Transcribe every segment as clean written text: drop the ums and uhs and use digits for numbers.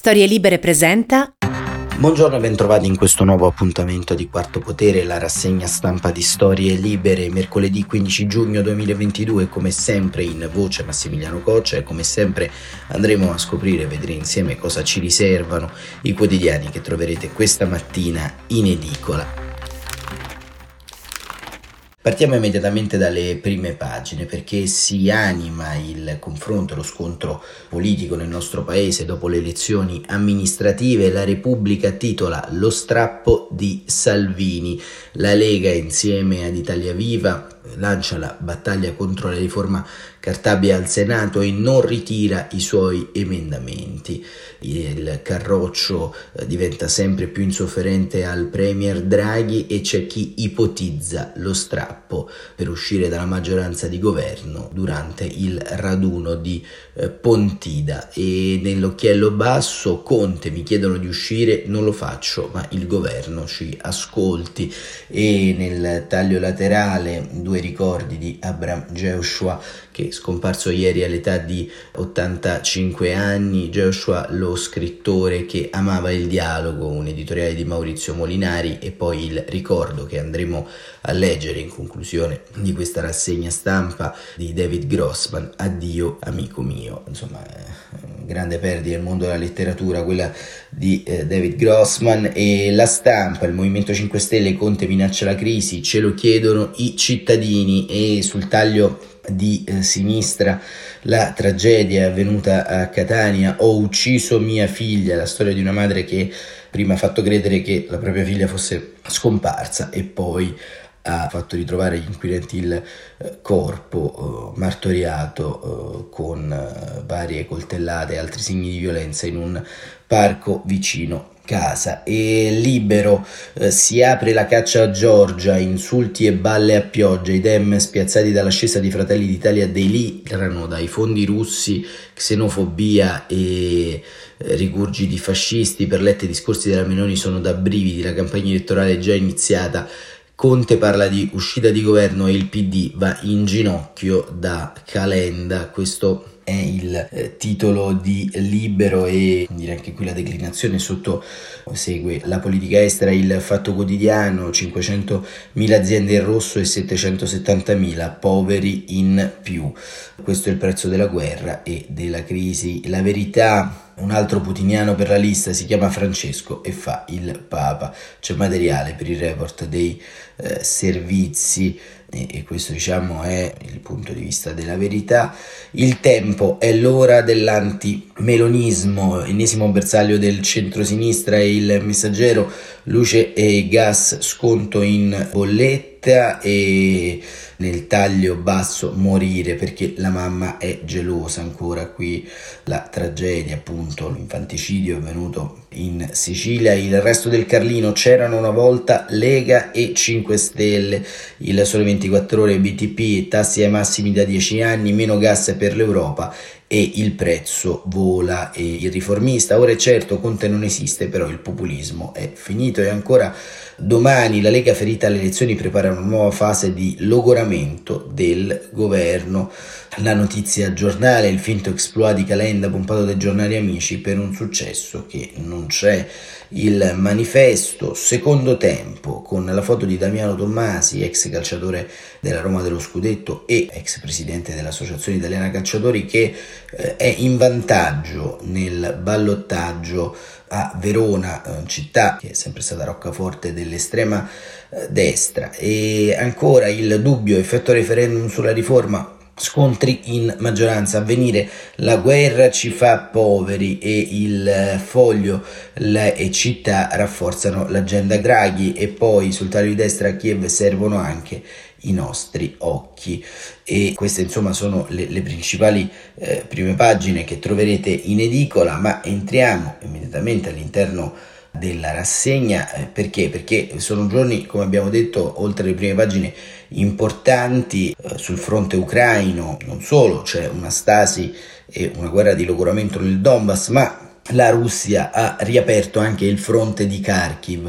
Storie Libere presenta. Buongiorno e bentrovati in questo nuovo appuntamento di Quarto Potere, la rassegna stampa di Storie Libere, mercoledì 15 giugno 2022, come sempre in voce Massimiliano Coccia e come sempre andremo a scoprire e vedere insieme cosa ci riservano i quotidiani che troverete questa mattina in edicola. Partiamo immediatamente dalle prime pagine perché si anima il confronto e lo scontro politico nel nostro paese dopo le elezioni amministrative. La Repubblica titola "Lo strappo di Salvini". La Lega insieme ad Italia Viva lancia la battaglia contro la riforma Cartabia al Senato e non ritira i suoi emendamenti. Il carroccio diventa sempre più insofferente al premier Draghi e c'è chi ipotizza lo strappo per uscire dalla maggioranza di governo durante il raduno di Pontida. E nell'occhiello basso Conte: mi chiedono di uscire, non lo faccio, ma il governo ci ascolti. E nel taglio laterale due ricordi di Abram Joshua, che è scomparso ieri all'età di 85 anni. Joshua, lo scrittore che amava il dialogo, un editoriale di Maurizio Molinari, e poi il ricordo che andremo a leggere in conclusione di questa rassegna stampa di David Grossman, "Addio amico mio". Insomma, grande perdita nel mondo della letteratura quella di David Grossman. E La Stampa: il Movimento 5 Stelle, Conte minaccia la crisi, ce lo chiedono i cittadini. E sul taglio di sinistra la tragedia è avvenuta a Catania, "ho ucciso mia figlia", la storia di una madre che prima ha fatto credere che la propria figlia fosse scomparsa e poi ha fatto ritrovare agli inquirenti il corpo martoriato con varie coltellate e altri segni di violenza in un parco vicino casa. E Libero: si apre la caccia a Giorgia, insulti e balle a pioggia, i Dem spiazzati dall'ascesa di Fratelli d'Italia delirano dai fondi russi, xenofobia e rigurgiti fascisti, per Letta i discorsi della Meloni sono da brividi, la campagna elettorale è già iniziata, Conte parla di uscita di governo e il PD va in ginocchio da Calenda. Questo è il titolo di Libero e direi anche qui la declinazione sotto segue la politica estera. Il Fatto Quotidiano: 500.000 aziende in rosso e 770.000 poveri in più. Questo è il prezzo della guerra e della crisi. La Verità: un altro putiniano per la lista, si chiama Francesco e fa il Papa. C'è materiale per il report dei servizi e questo diciamo è il punto di vista della Verità. Il Tempo: è l'ora dell'antimelonismo, ennesimo bersaglio del centrosinistra. E il Messaggero: luce e gas, sconto in bolletta. E nel taglio basso, morire perché la mamma è gelosa. Ancora qui la tragedia, appunto l'infanticidio avvenuto in Sicilia. Il Resto del Carlino: c'erano una volta Lega e 5 Stelle. Il Sole 24 Ore: BTP, tassi ai massimi da 10 anni, meno gas per l'Europa e il prezzo vola. E il Riformista: ora è certo Conte non esiste, però il populismo è finito. E ancora Domani: la Lega ferita alle elezioni prepara una nuova fase di logoramento del governo. La Notizia Giornale: il finto exploit di Calenda pompato dai giornali amici per un successo che non c'è. Il Manifesto: secondo tempo, con la foto di Damiano Tommasi, ex calciatore della Roma dello Scudetto e ex presidente dell'Associazione Italiana Calciatori, che è in vantaggio nel ballottaggio a Verona, città che è sempre stata roccaforte dell'estrema destra. E ancora il dubbio, effetto referendum sulla riforma, scontri in maggioranza, Avvenire: la guerra ci fa poveri. E il Foglio: le città rafforzano l'agenda Draghi. E poi sul taglio di destra: a Kiev servono anche i nostri occhi. E queste insomma sono le principali prime pagine che troverete in edicola, ma entriamo immediatamente all'interno della rassegna. Perché sono giorni, come abbiamo detto, oltre alle prime pagine, importanti sul fronte ucraino. Non solo c'è una stasi e una guerra di logoramento nel Donbass, ma la Russia ha riaperto anche il fronte di Kharkiv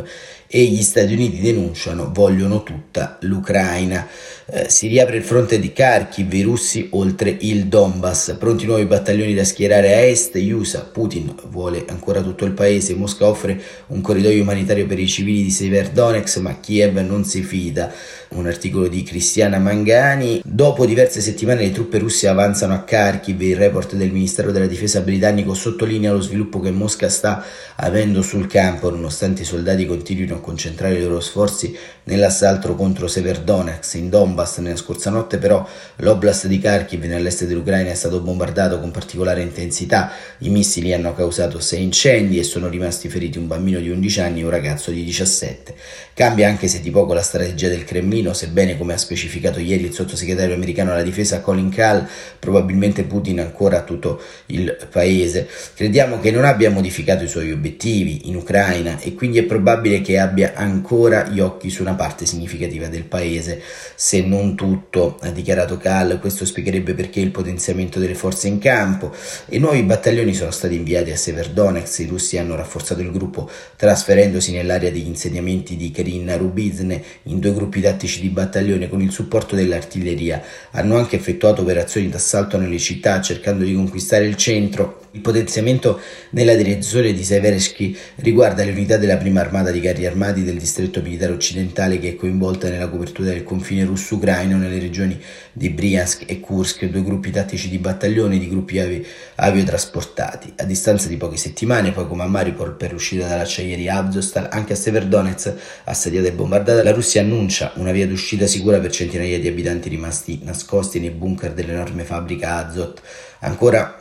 e gli Stati Uniti denunciano vogliono tutta l'Ucraina. Si riapre il fronte di Kharkiv, i russi oltre il Donbass, pronti nuovi battaglioni da schierare a est, gli USA, Putin vuole ancora tutto il paese, Mosca offre un corridoio umanitario per i civili di Severodonetsk, ma Kiev non si fida. Un articolo di Cristiana Mangani. Dopo diverse settimane le truppe russe avanzano a Kharkiv, il report del Ministero della Difesa britannico sottolinea lo sviluppo che Mosca sta avendo sul campo, nonostante i soldati continuino a concentrare i loro sforzi nell'assalto contro Severodonetsk in Donbass. Nella scorsa notte però l'oblast di Kharkiv nell'est dell'Ucraina è stato bombardato con particolare intensità, i missili hanno causato 6 incendi e sono rimasti feriti un bambino di 11 anni e un ragazzo di 17. Cambia anche se di poco la strategia del Cremlino, sebbene come ha specificato ieri il sottosegretario americano alla difesa Colin Kahl, probabilmente Putin ancora tutto il paese. Crediamo che non abbia modificato i suoi obiettivi in Ucraina e quindi è probabile che abbia ancora gli occhi su una parte significativa del paese, se non tutto, ha dichiarato Kahl. Questo spiegherebbe perché il potenziamento delle forze in campo e nuovi battaglioni sono stati inviati a Severodonetsk. I russi hanno rafforzato il gruppo trasferendosi nell'area degli insediamenti di Kerin Rubizne in 2 gruppi tattici di battaglione con il supporto dell'artiglieria. Hanno anche effettuato operazioni d'assalto nelle città cercando di conquistare il centro. Il potenziamento nella direzione di Seversky riguarda le unità della prima armata di carri armati del distretto militare occidentale, che è coinvolta nella copertura del confine russo-ucraino nelle regioni di Bryansk e Kursk, 2 gruppi tattici di battaglione di gruppi aviotrasportati. A distanza di poche settimane, poi come a Mariupol per l'uscita dall'acciaieria Azovstal, anche a Severodonetsk, assediata e bombardata, la Russia annuncia una via d'uscita sicura per centinaia di abitanti rimasti nascosti nei bunker dell'enorme fabbrica Azot. Ancora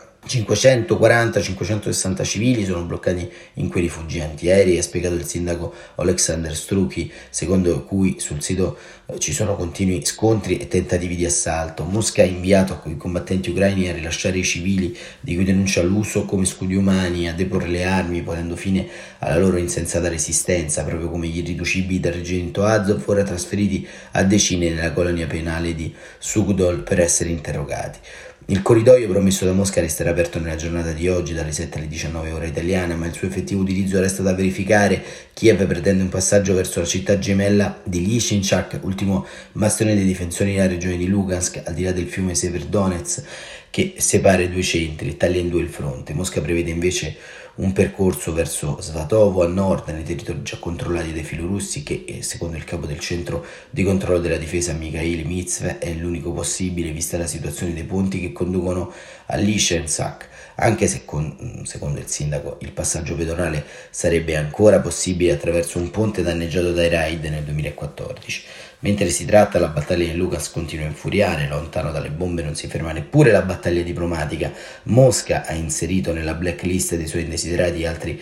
540-560 civili sono bloccati in quei rifugi antiaerei, ha spiegato il sindaco Oleksandr Struki, secondo cui sul sito ci sono continui scontri e tentativi di assalto. Mosca ha inviato i combattenti ucraini a rilasciare i civili, di cui denuncia l'uso come scudi umani, a deporre le armi, ponendo fine alla loro insensata resistenza, proprio come gli irriducibili del reggimento Azov, ora trasferiti a decine nella colonia penale di Sugdol per essere interrogati. Il corridoio promesso da Mosca resterà aperto nella giornata di oggi dalle 7 alle 19 ore italiana, ma il suo effettivo utilizzo resta da verificare. Kiev pretende un passaggio verso la città gemella di Lysychansk, ultimo bastione dei difensori nella regione di Lugansk, al di là del fiume Severodonetsk che separa i 2 centri e taglia in 2 il fronte. Mosca prevede invece un percorso verso Svatovo a nord, nei territori già controllati dai filorussi, che secondo il capo del centro di controllo della difesa Mikhail Mizve è l'unico possibile vista la situazione dei ponti che conducono a Lysychansk, anche se secondo il sindaco il passaggio pedonale sarebbe ancora possibile attraverso un ponte danneggiato dai raid nel 2014. Mentre si tratta, la battaglia di Lugansk continua a infuriare, lontano dalle bombe non si ferma neppure la battaglia diplomatica. Mosca ha inserito nella blacklist dei suoi indesiderati altri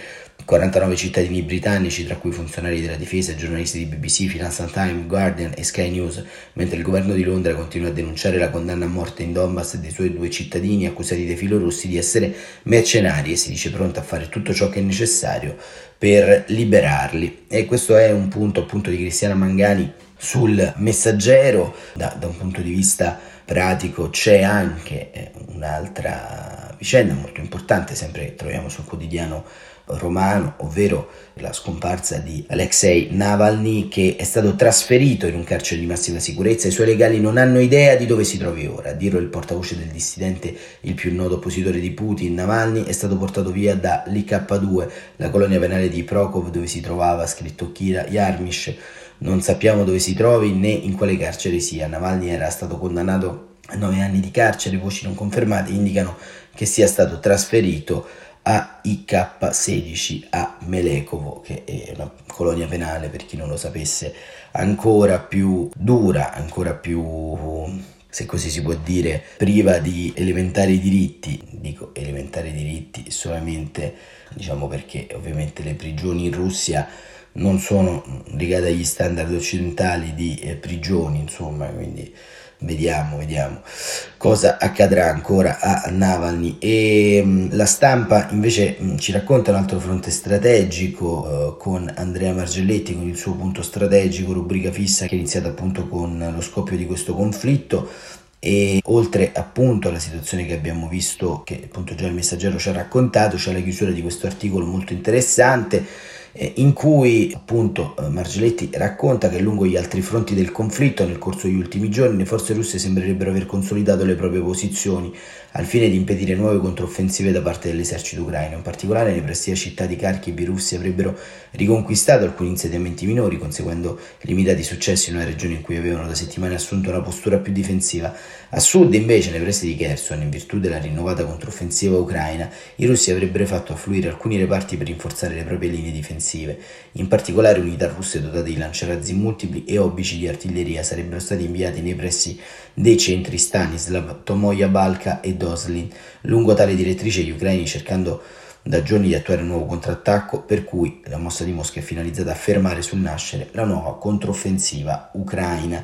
49 cittadini britannici, tra cui funzionari della difesa e giornalisti di BBC, Financial Times, Guardian e Sky News, mentre il governo di Londra continua a denunciare la condanna a morte in Donbass dei suoi 2 cittadini accusati dai filorussi di essere mercenari, e si dice pronto a fare tutto ciò che è necessario per liberarli. E questo è un punto appunto di Cristiana Mangani sul Messaggero. Da un punto di vista pratico c'è anche un'altra vicenda molto importante, sempre che troviamo sul quotidiano romano, ovvero la scomparsa di Alexei Navalny, che è stato trasferito in un carcere di massima sicurezza. I suoi legali non hanno idea di dove si trovi ora. A dirlo il portavoce del dissidente, il più noto oppositore di Putin, Navalny è stato portato via da l'IK2, la colonia penale di Prokov, dove si trovava, scritto Kira Yarmish. Non sappiamo dove si trovi né in quale carcere sia. Navalny era stato condannato a 9 anni di carcere, voci non confermate indicano che sia stato trasferito a IK16 a Melekovo, che è una colonia penale, per chi non lo sapesse, ancora più dura, ancora più, se così si può dire, priva di elementari diritti. Dico elementari diritti solamente, perché ovviamente le prigioni in Russia non sono legate agli standard occidentali di prigioni, quindi vediamo cosa accadrà ancora a Navalny. E la Stampa invece ci racconta un altro fronte strategico con Andrea Margelletti, con il suo punto strategico, rubrica fissa che è iniziata appunto con lo scoppio di questo conflitto. E oltre appunto alla situazione che abbiamo visto, che appunto già il Messaggero ci ha raccontato, c'è la chiusura di questo articolo molto interessante in cui appunto Margeletti racconta che lungo gli altri fronti del conflitto nel corso degli ultimi giorni le forze russe sembrerebbero aver consolidato le proprie posizioni al fine di impedire nuove controffensive da parte dell'esercito ucraino. In particolare nei pressi della città di Kharkiv i russi avrebbero riconquistato alcuni insediamenti minori, conseguendo limitati successi in una regione in cui avevano da settimane assunto una postura più difensiva. A sud invece, nei pressi di Kherson, in virtù della rinnovata controffensiva ucraina, i russi avrebbero fatto affluire alcuni reparti per rinforzare le proprie linee difensive. In particolare unità russe dotate di lanciarazzi multipli e obici di artiglieria sarebbero stati inviati nei pressi dei centri Stanislav, Tomoya Balka e Doslin. Lungo tale direttrice gli ucraini, cercando da giorni di attuare un nuovo contrattacco, per cui la mossa di Mosca è finalizzata a fermare sul nascere la nuova controffensiva ucraina.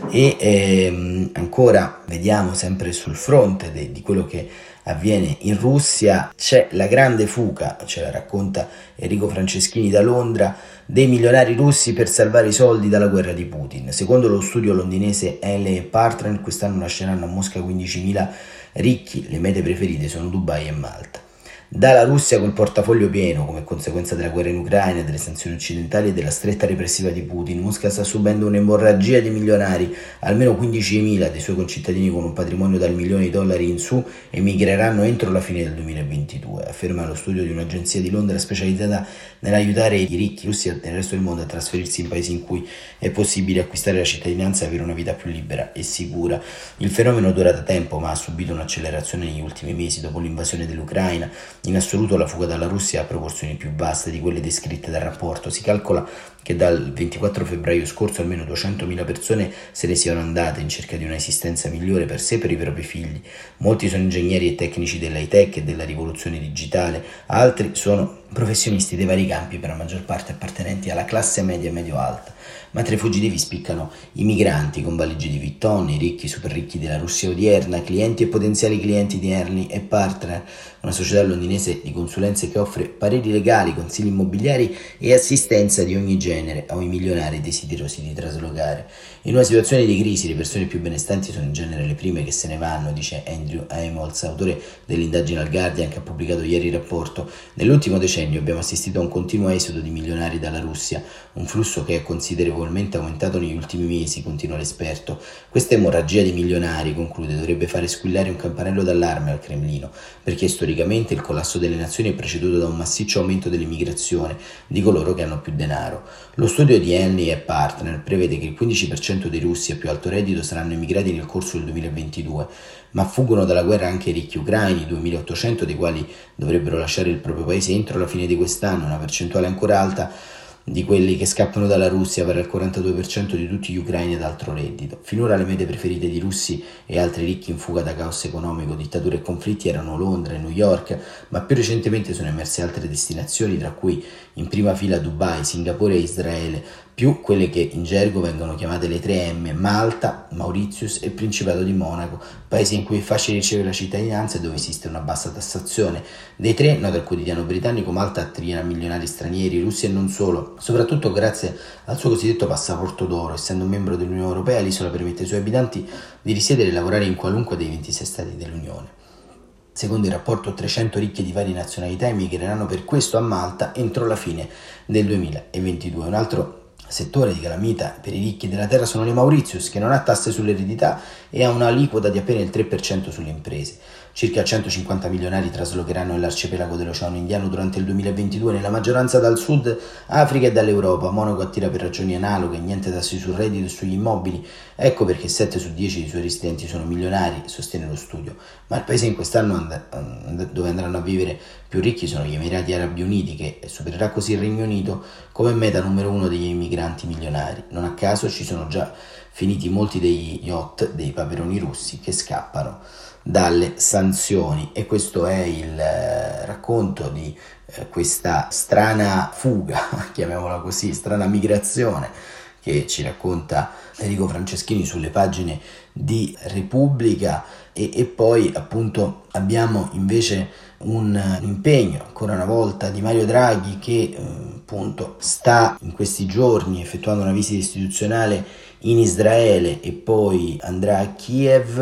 E ancora vediamo sempre sul fronte di quello che avviene in Russia, c'è la grande fuga, ce la racconta Enrico Franceschini da Londra, dei milionari russi per salvare i soldi dalla guerra di Putin. Secondo lo studio londinese Henley & Partners, quest'anno nasceranno a Mosca 15.000 ricchi, le mete preferite sono Dubai e Malta. Dalla Russia col portafoglio pieno come conseguenza della guerra in Ucraina, delle sanzioni occidentali e della stretta repressiva di Putin, Mosca sta subendo un'emorragia di milionari. Almeno 15.000 dei suoi concittadini con un patrimonio dal $1.000.000 in su emigreranno entro la fine del 2022, afferma lo studio di un'agenzia di Londra specializzata nell'aiutare i ricchi russi nel resto del mondo a trasferirsi in paesi in cui è possibile acquistare la cittadinanza e avere una vita più libera e sicura. Il fenomeno dura da tempo, ma ha subito un'accelerazione negli ultimi mesi dopo l'invasione dell'Ucraina. In assoluto la fuga dalla Russia ha proporzioni più vaste di quelle descritte dal rapporto. Si calcola che dal 24 febbraio scorso almeno 200.000 persone se ne siano andate in cerca di un'esistenza migliore per sé e per i propri figli. Molti sono ingegneri e tecnici dell'high tech e della rivoluzione digitale, altri sono professionisti dei vari campi, per la maggior parte appartenenti alla classe media e medio-alta. Ma tra i fuggitivi spiccano i migranti con valigie di Vuitton, i ricchi super ricchi della Russia odierna, clienti e potenziali clienti di Henley & Partners, una società londinese di consulenze che offre pareri legali, consigli immobiliari e assistenza di ogni genere ai milionari desiderosi di traslocare. In una situazione di crisi le persone più benestanti sono in genere le prime che se ne vanno, dice Andrew Amos, autore dell'indagine al Guardian che ha pubblicato ieri il rapporto. Nell'ultimo decennio abbiamo assistito a un continuo esodo di milionari dalla Russia, un flusso che è considerevolmente aumentato negli ultimi mesi, continua l'esperto. Questa emorragia di milionari, conclude, dovrebbe fare squillare un campanello d'allarme al Cremlino, perché storicamente il collasso delle nazioni è preceduto da un massiccio aumento dell'immigrazione di coloro che hanno più denaro. Lo studio di Henley & Partners prevede che il 15% dei russi a più alto reddito saranno emigrati nel corso del 2022, ma fuggono dalla guerra anche i ricchi ucraini, 2.800 dei quali dovrebbero lasciare il proprio paese entro la fine di quest'anno, una percentuale ancora alta di quelli che scappano dalla Russia, pari al 42% di tutti gli ucraini ad alto reddito. Finora le mete preferite di russi e altri ricchi in fuga da caos economico, dittature e conflitti erano Londra e New York, ma più recentemente sono emerse altre destinazioni, tra cui in prima fila Dubai, Singapore e Israele, più quelle che in gergo vengono chiamate le 3M, Malta, Mauritius e Principato di Monaco, paesi in cui è facile ricevere la cittadinanza e dove esiste una bassa tassazione. Dei tre, noto al quotidiano britannico, Malta attrae milionari stranieri, russi e non solo. Soprattutto grazie al suo cosiddetto passaporto d'oro, essendo un membro dell'Unione Europea, l'isola permette ai suoi abitanti di risiedere e lavorare in qualunque dei 26 stati dell'Unione. Secondo il rapporto, 300 ricchi di varie nazionalità emigreranno per questo a Malta entro la fine del 2022. Un altro settore di calamita per i ricchi della terra sono le Mauritius, che non ha tasse sull'eredità e ha una aliquota di appena il 3% sulle imprese. Circa 150 milionari traslocheranno nell'arcipelago dell'Oceano Indiano durante il 2022, nella maggioranza dal Sud Africa e dall'Europa. Monaco attira per ragioni analoghe, niente tassi sul reddito e sugli immobili. Ecco perché 7 su 10 dei suoi residenti sono milionari, sostiene lo studio. Ma il paese in quest'anno dove andranno a vivere più ricchi sono gli Emirati Arabi Uniti, che supererà così il Regno Unito come meta numero 1 degli immigranti milionari. Non a caso ci sono già finiti molti degli yacht dei paperoni russi che scappano dalle sanzioni. E questo è il racconto di questa strana fuga, chiamiamola così, strana migrazione che ci racconta Enrico Franceschini sulle pagine di Repubblica. E poi appunto abbiamo invece un impegno ancora una volta di Mario Draghi, che appunto sta in questi giorni effettuando una visita istituzionale in Israele e poi andrà a Kiev.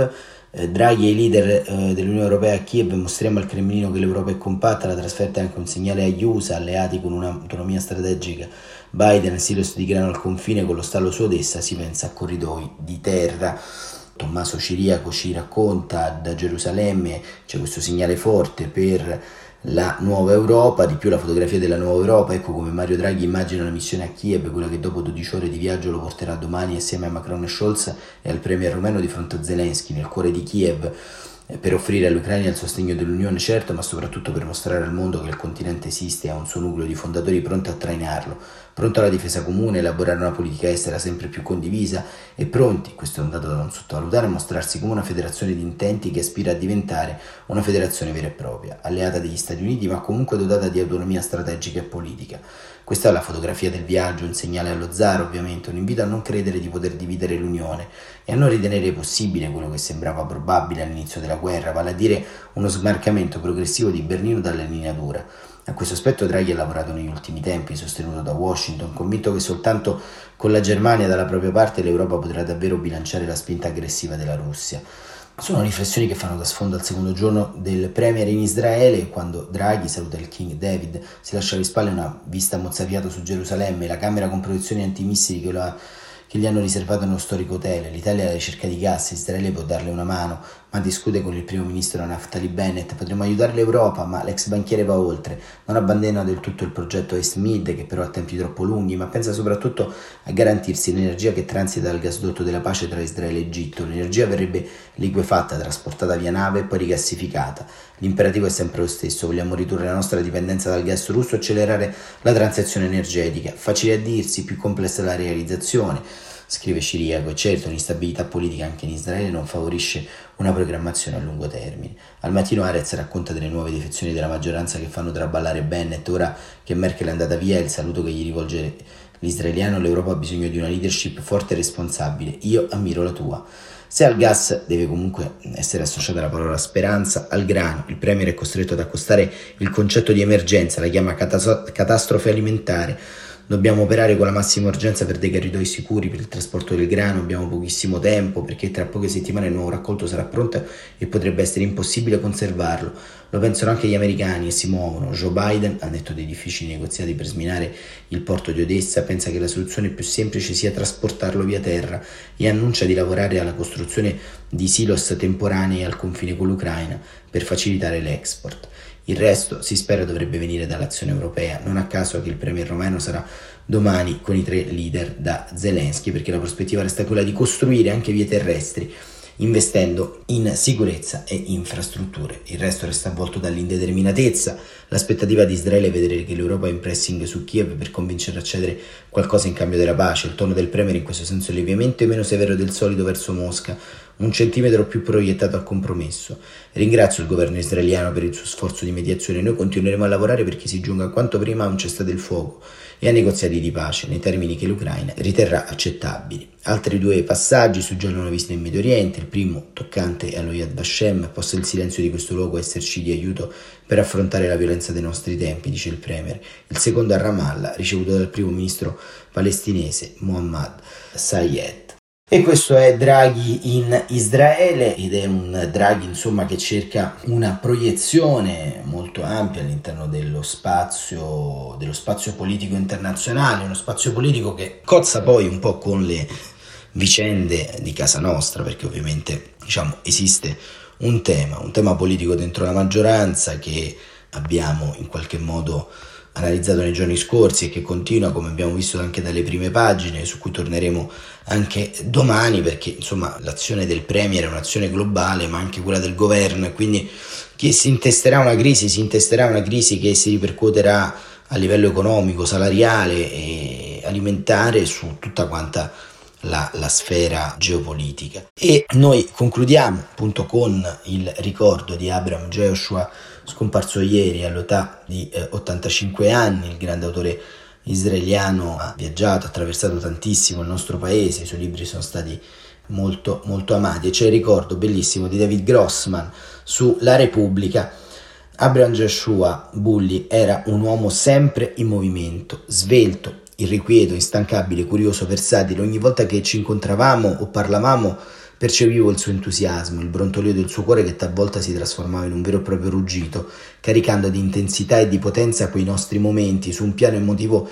Draghi e i leader dell'Unione Europea a Kiev: mostriamo al Cremlino che l'Europa è compatta, la trasferta è anche un segnale agli USA, alleati con un'autonomia strategica. Biden, silos di grano al confine con lo stallo su Odessa, si pensa a corridoi di terra. Tommaso Ciriaco ci racconta da Gerusalemme, c'è questo segnale forte per la nuova Europa, di più la fotografia della nuova Europa. Ecco come Mario Draghi immagina la missione a Kiev, quella che dopo 12 ore di viaggio lo porterà domani assieme a Macron e Scholz e al premier rumeno di fronte a Zelensky nel cuore di Kiev, per offrire all'Ucraina il sostegno dell'Unione, certo, ma soprattutto per mostrare al mondo che il continente esiste e ha un suo nucleo di fondatori pronto a trainarlo, pronto alla difesa comune, elaborare una politica estera sempre più condivisa e pronti, questo è un dato da non sottovalutare, a mostrarsi come una federazione di intenti che aspira a diventare una federazione vera e propria, alleata degli Stati Uniti ma comunque dotata di autonomia strategica e politica. Questa è la fotografia del viaggio, un segnale allo zar ovviamente, un invito a non credere di poter dividere l'Unione e a non ritenere possibile quello che sembrava probabile all'inizio della guerra, vale a dire uno smarcamento progressivo di Berlino dalla linea dura. A questo aspetto Draghi ha lavorato negli ultimi tempi, sostenuto da Washington, convinto che soltanto con la Germania dalla propria parte l'Europa potrà davvero bilanciare la spinta aggressiva della Russia. Sono riflessioni che fanno da sfondo al secondo giorno del premier in Israele, quando Draghi saluta il King David, si lascia alle spalle una vista mozzafiato su Gerusalemme, la camera con protezioni antimissili che gli hanno riservato nello storico hotel. L'Italia è alla ricerca di gas, Israele può darle una mano, ma discute con il primo ministro Naftali Bennett. Potremmo aiutare l'Europa, ma l'ex banchiere va oltre. Non abbandona del tutto il progetto East Med, che però ha tempi troppo lunghi, ma pensa soprattutto a garantirsi l'energia che transita dal gasdotto della pace tra Israele e Egitto. L'energia verrebbe liquefatta, trasportata via nave e poi rigassificata. L'imperativo è sempre lo stesso: vogliamo ridurre la nostra dipendenza dal gas russo e accelerare la transizione energetica. Facile a dirsi, più complessa la realizzazione, scrive Ciriaco, e certo l'instabilità politica anche in Israele non favorisce una programmazione a lungo termine. Al mattino Arez racconta delle nuove defezioni della maggioranza che fanno traballare Bennett. Ora che Merkel è andata via, il saluto che gli rivolge l'israeliano: l'Europa ha bisogno di una leadership forte e responsabile, io ammiro la tua. Se al gas deve comunque essere associata la parola speranza, al grano il premier è costretto ad accostare il concetto di emergenza, la chiama catastrofe alimentare. Dobbiamo operare con la massima urgenza per dei corridoi sicuri per il trasporto del grano, abbiamo pochissimo tempo perché tra poche settimane il nuovo raccolto sarà pronto e potrebbe essere impossibile conservarlo. Lo pensano anche gli americani e si muovono. Joe Biden, al netto dei difficili negoziati per sminare il porto di Odessa, pensa che la soluzione più semplice sia trasportarlo via terra e annuncia di lavorare alla costruzione di silos temporanei al confine con l'Ucraina per facilitare l'export. Il resto, si spera, dovrebbe venire dall'azione europea. Non a caso che il premier romeno sarà domani con i 3 leader da Zelensky, perché la prospettiva resta quella di costruire anche vie terrestri, investendo in sicurezza e infrastrutture. Il resto resta avvolto dall'indeterminatezza. L'aspettativa di Israele è vedere che l'Europa è in pressing su Kiev per convincere a cedere qualcosa in cambio della pace. Il tono del premier in questo senso è lievemente meno severo del solito verso Mosca, 1 centimetro più proiettato al compromesso. Ringrazio il governo israeliano per il suo sforzo di mediazione. Noi continueremo a lavorare perché si giunga quanto prima a un cessate il fuoco e a negoziati di pace nei termini che l'Ucraina riterrà accettabili. Altri 2 passaggi suggerono viste in Medio Oriente. Il primo, toccante, è allo Yad Vashem. Possa il silenzio di questo luogo esserci di aiuto per affrontare la violenza dei nostri tempi, dice il premier. Il secondo a Ramallah, ricevuto dal primo ministro palestinese Mohammad Sayed. E questo è Draghi in Israele, ed è un Draghi insomma che cerca una proiezione molto ampia all'interno dello spazio politico internazionale, uno spazio politico che cozza poi un po' con le vicende di casa nostra, perché ovviamente esiste un tema politico dentro la maggioranza che abbiamo in qualche modo analizzato nei giorni scorsi e che continua, come abbiamo visto anche dalle prime pagine, su cui torneremo anche domani, perché l'azione del premier è un'azione globale ma anche quella del governo, e quindi chi si intesterà una crisi che si ripercuoterà a livello economico, salariale e alimentare su tutta quanta la sfera geopolitica. E noi concludiamo appunto con il ricordo di Abraham Joshua, scomparso ieri all'età di 85 anni. Il grande autore israeliano ha viaggiato, ha attraversato tantissimo il nostro paese, i suoi libri sono stati molto molto amati, e c'è il ricordo bellissimo di David Grossman su La Repubblica. Abraham Joshua Bulli era un uomo sempre in movimento, svelto, irrequieto, instancabile, curioso, versatile. Ogni volta che ci incontravamo o parlavamo Percepivo il suo entusiasmo, il brontolio del suo cuore che talvolta si trasformava in un vero e proprio ruggito, caricando di intensità e di potenza quei nostri momenti su un piano emotivo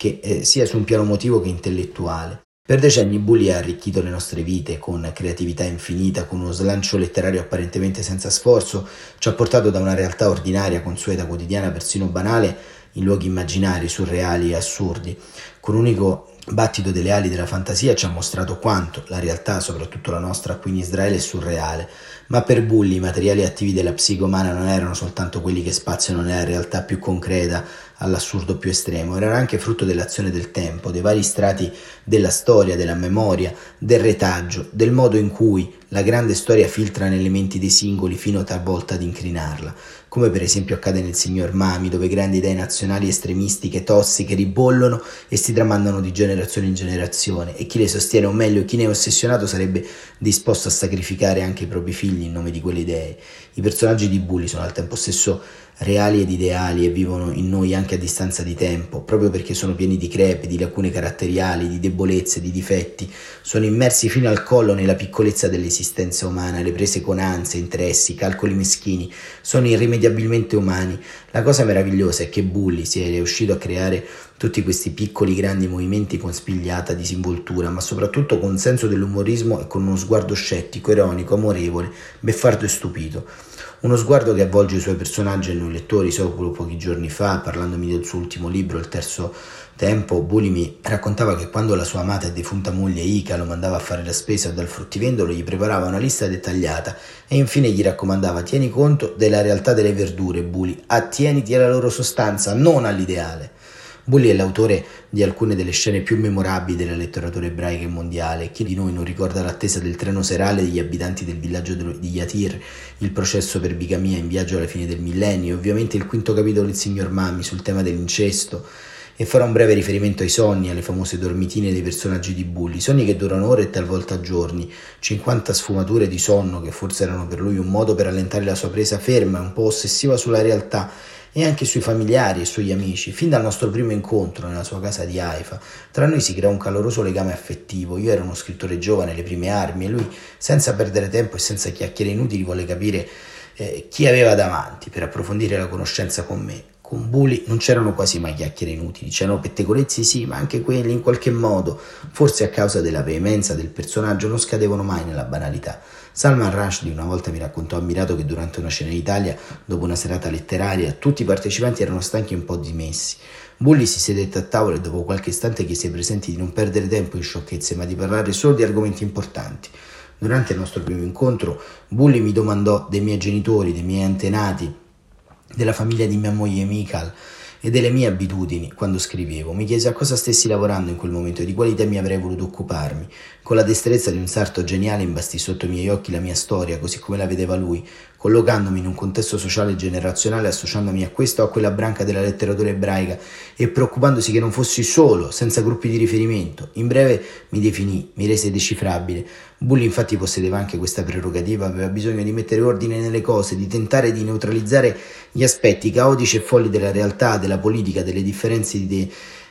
sia su un piano emotivo che intellettuale. Per decenni Bully ha arricchito le nostre vite con creatività infinita, con uno slancio letterario apparentemente senza sforzo, ci ha portato da una realtà ordinaria, consueta, quotidiana, persino banale, in luoghi immaginari, surreali e assurdi. Con un unico battito delle ali della fantasia ci ha mostrato quanto la realtà, soprattutto la nostra qui in Israele, è surreale. Ma per Bully i materiali attivi della psiche umana non erano soltanto quelli che spaziano nella realtà più concreta, all'assurdo più estremo, erano anche frutto dell'azione del tempo, dei vari strati della storia, della memoria, del retaggio, del modo in cui la grande storia filtra nelle menti dei singoli fino talvolta ad incrinarla, come per esempio accade nel Signor Mami, dove grandi idee nazionali estremistiche, tossiche, ribollono e si tramandano di generazione in generazione, e chi le sostiene, o meglio chi ne è ossessionato, sarebbe disposto a sacrificare anche i propri figli in nome di quelle idee. I personaggi di Bully sono al tempo stesso reali ed ideali e vivono in noi anche a distanza di tempo, proprio perché sono pieni di crepe, di lacune caratteriali, di debolezze, di difetti. Sono immersi fino al collo nella piccolezza dell'esistenza umana, le prese con ansie, interessi, calcoli meschini, sono irrimediabilmente umani. La cosa meravigliosa è che Bully sia riuscito a creare tutti questi piccoli grandi movimenti con spigliata disinvoltura, ma soprattutto con senso dell'umorismo e con uno sguardo scettico, ironico, amorevole, beffardo e stupito. Uno sguardo che avvolge i suoi personaggi e noi lettori. Solo pochi giorni fa, parlandomi del suo ultimo libro, Il Terzo Tempo, Bully mi raccontava che quando la sua amata e defunta moglie Ika lo mandava a fare la spesa dal fruttivendolo, gli preparava una lista dettagliata e infine gli raccomandava: tieni conto della realtà delle verdure, Bully, attieniti alla loro sostanza, non all'ideale. Bully è l'autore di alcune delle scene più memorabili della letteratura ebraica e mondiale. Chi di noi non ricorda l'attesa del treno serale degli abitanti del villaggio di Yatir, il processo per bigamia in viaggio alla fine del millennio, e ovviamente il quinto capitolo del Signor Mami sul tema dell'incesto. E farò un breve riferimento ai sogni, alle famose dormitine dei personaggi di Bully, sogni che durano ore e talvolta giorni, 50 sfumature di sonno che forse erano per lui un modo per allentare la sua presa ferma e un po' ossessiva sulla realtà e anche sui familiari e sugli amici. Fin dal nostro primo incontro nella sua casa di Haifa, tra noi si creò un caloroso legame affettivo. Io ero uno scrittore giovane, alle prime armi, e lui, senza perdere tempo e senza chiacchiere inutili, volle capire chi aveva davanti per approfondire la conoscenza con me. Con Bully non c'erano quasi mai chiacchiere inutili, c'erano pettegolezzi sì, ma anche quelli in qualche modo, forse a causa della veemenza del personaggio, non scadevano mai nella banalità. Salman Rushdie una volta mi raccontò ammirato che durante una cena in Italia, dopo una serata letteraria, tutti i partecipanti erano stanchi e un po' dimessi. Bully si sedette a tavola e dopo qualche istante chiese ai presenti di non perdere tempo in sciocchezze, ma di parlare solo di argomenti importanti. Durante il nostro primo incontro, Bully mi domandò dei miei genitori, dei miei antenati, della famiglia di mia moglie Michal e delle mie abitudini quando scrivevo. Mi chiese a cosa stessi lavorando in quel momento e di quali temi avrei voluto occuparmi. Con la destrezza di un sarto geniale imbastì sotto i miei occhi la mia storia, così come la vedeva lui, collocandomi in un contesto sociale e generazionale, associandomi a questa o a quella branca della letteratura ebraica e preoccupandosi che non fossi solo, senza gruppi di riferimento. In breve mi definì, mi rese decifrabile. Bully infatti possedeva anche questa prerogativa, aveva bisogno di mettere ordine nelle cose, di tentare di neutralizzare gli aspetti caotici e folli della realtà, della politica, delle differenti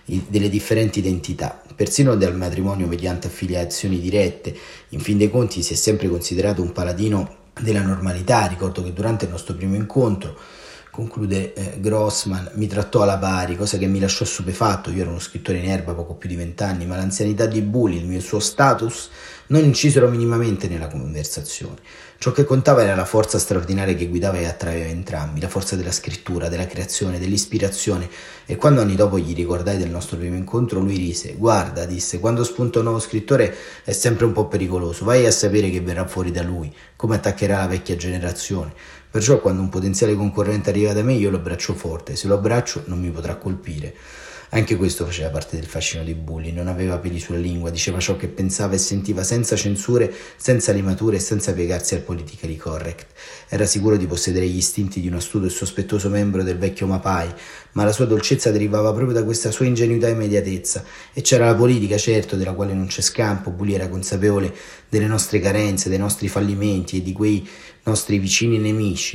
identità. Persino dal matrimonio mediante affiliazioni dirette, in fin dei conti si è sempre considerato un paladino della normalità. Ricordo che durante il nostro primo incontro, conclude Grossman, mi trattò alla pari, cosa che mi lasciò stupefatto. Io ero uno scrittore in erba, poco più di 20 anni, ma l'anzianità di Bully, il suo status, non incisero minimamente nella conversazione. Ciò che contava era la forza straordinaria che guidava e attraeva entrambi, la forza della scrittura, della creazione, dell'ispirazione. E quando anni dopo gli ricordai del nostro primo incontro, lui rise: guarda, disse, quando spunta un nuovo scrittore è sempre un po' pericoloso, vai a sapere che verrà fuori da lui, come attaccherà la vecchia generazione. Perciò quando un potenziale concorrente arriva da me io lo abbraccio forte, se lo abbraccio non mi potrà colpire. Anche questo faceva parte del fascino di Bully, non aveva peli sulla lingua, diceva ciò che pensava e sentiva senza censure, senza limature e senza piegarsi al politically correct. Era sicuro di possedere gli istinti di un astuto e sospettoso membro del vecchio Mapai, ma la sua dolcezza derivava proprio da questa sua ingenuità e immediatezza. E c'era la politica, certo, della quale non c'è scampo. Bully era consapevole delle nostre carenze, dei nostri fallimenti e di quei nostri vicini nemici,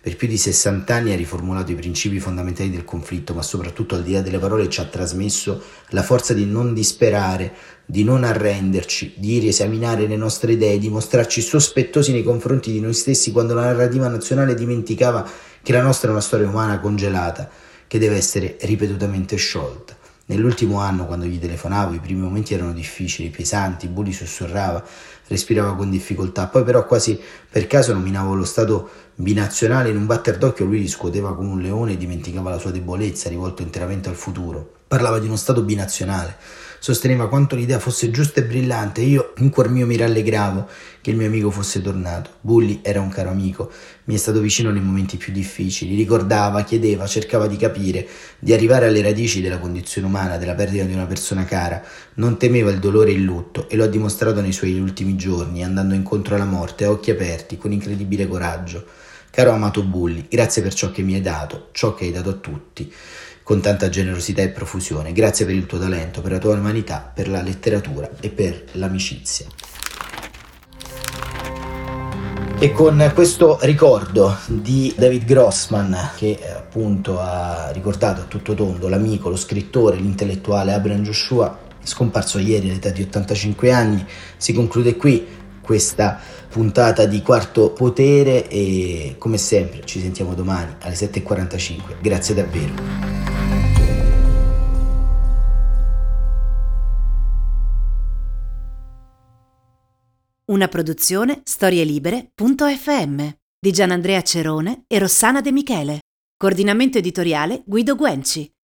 Per più di 60 anni ha riformulato i principi fondamentali del conflitto, ma soprattutto al di là delle parole ci ha trasmesso la forza di non disperare, di non arrenderci, di riesaminare le nostre idee, di mostrarci sospettosi nei confronti di noi stessi quando la narrativa nazionale dimenticava che la nostra è una storia umana congelata, che deve essere ripetutamente sciolta. Nell'ultimo anno, quando gli telefonavo, i primi momenti erano difficili, pesanti, Bulli sussurrava, respirava con difficoltà, poi però quasi per caso nominavo lo stato binazionale, in un batter d'occhio lui riscuoteva come un leone e dimenticava la sua debolezza, rivolto interamente al futuro. Parlava di uno stato binazionale, sosteneva quanto l'idea fosse giusta e brillante e io in cuor mio mi rallegravo che il mio amico fosse tornato. Bulli era un caro amico, mi è stato vicino nei momenti più difficili, ricordava, chiedeva, cercava di capire, di arrivare alle radici della condizione umana, della perdita di una persona cara. Non temeva il dolore e il lutto e lo ha dimostrato nei suoi ultimi giorni, andando incontro alla morte a occhi aperti, con incredibile coraggio. Caro amato Bulli, grazie per ciò che mi hai dato, ciò che hai dato a tutti, con tanta generosità e profusione. Grazie per il tuo talento, per la tua umanità, per la letteratura e per l'amicizia. E con questo ricordo di David Grossman, che appunto ha ricordato a tutto tondo l'amico, lo scrittore, l'intellettuale Abraham Joshua, scomparso ieri all'età di 85 anni, si conclude qui questa puntata di Quarto Potere e come sempre ci sentiamo domani alle 7:45. Grazie davvero. Una produzione storielibere.fm di Gianandrea Cerone e Rossana De Michele. Coordinamento editoriale Guido Guenci.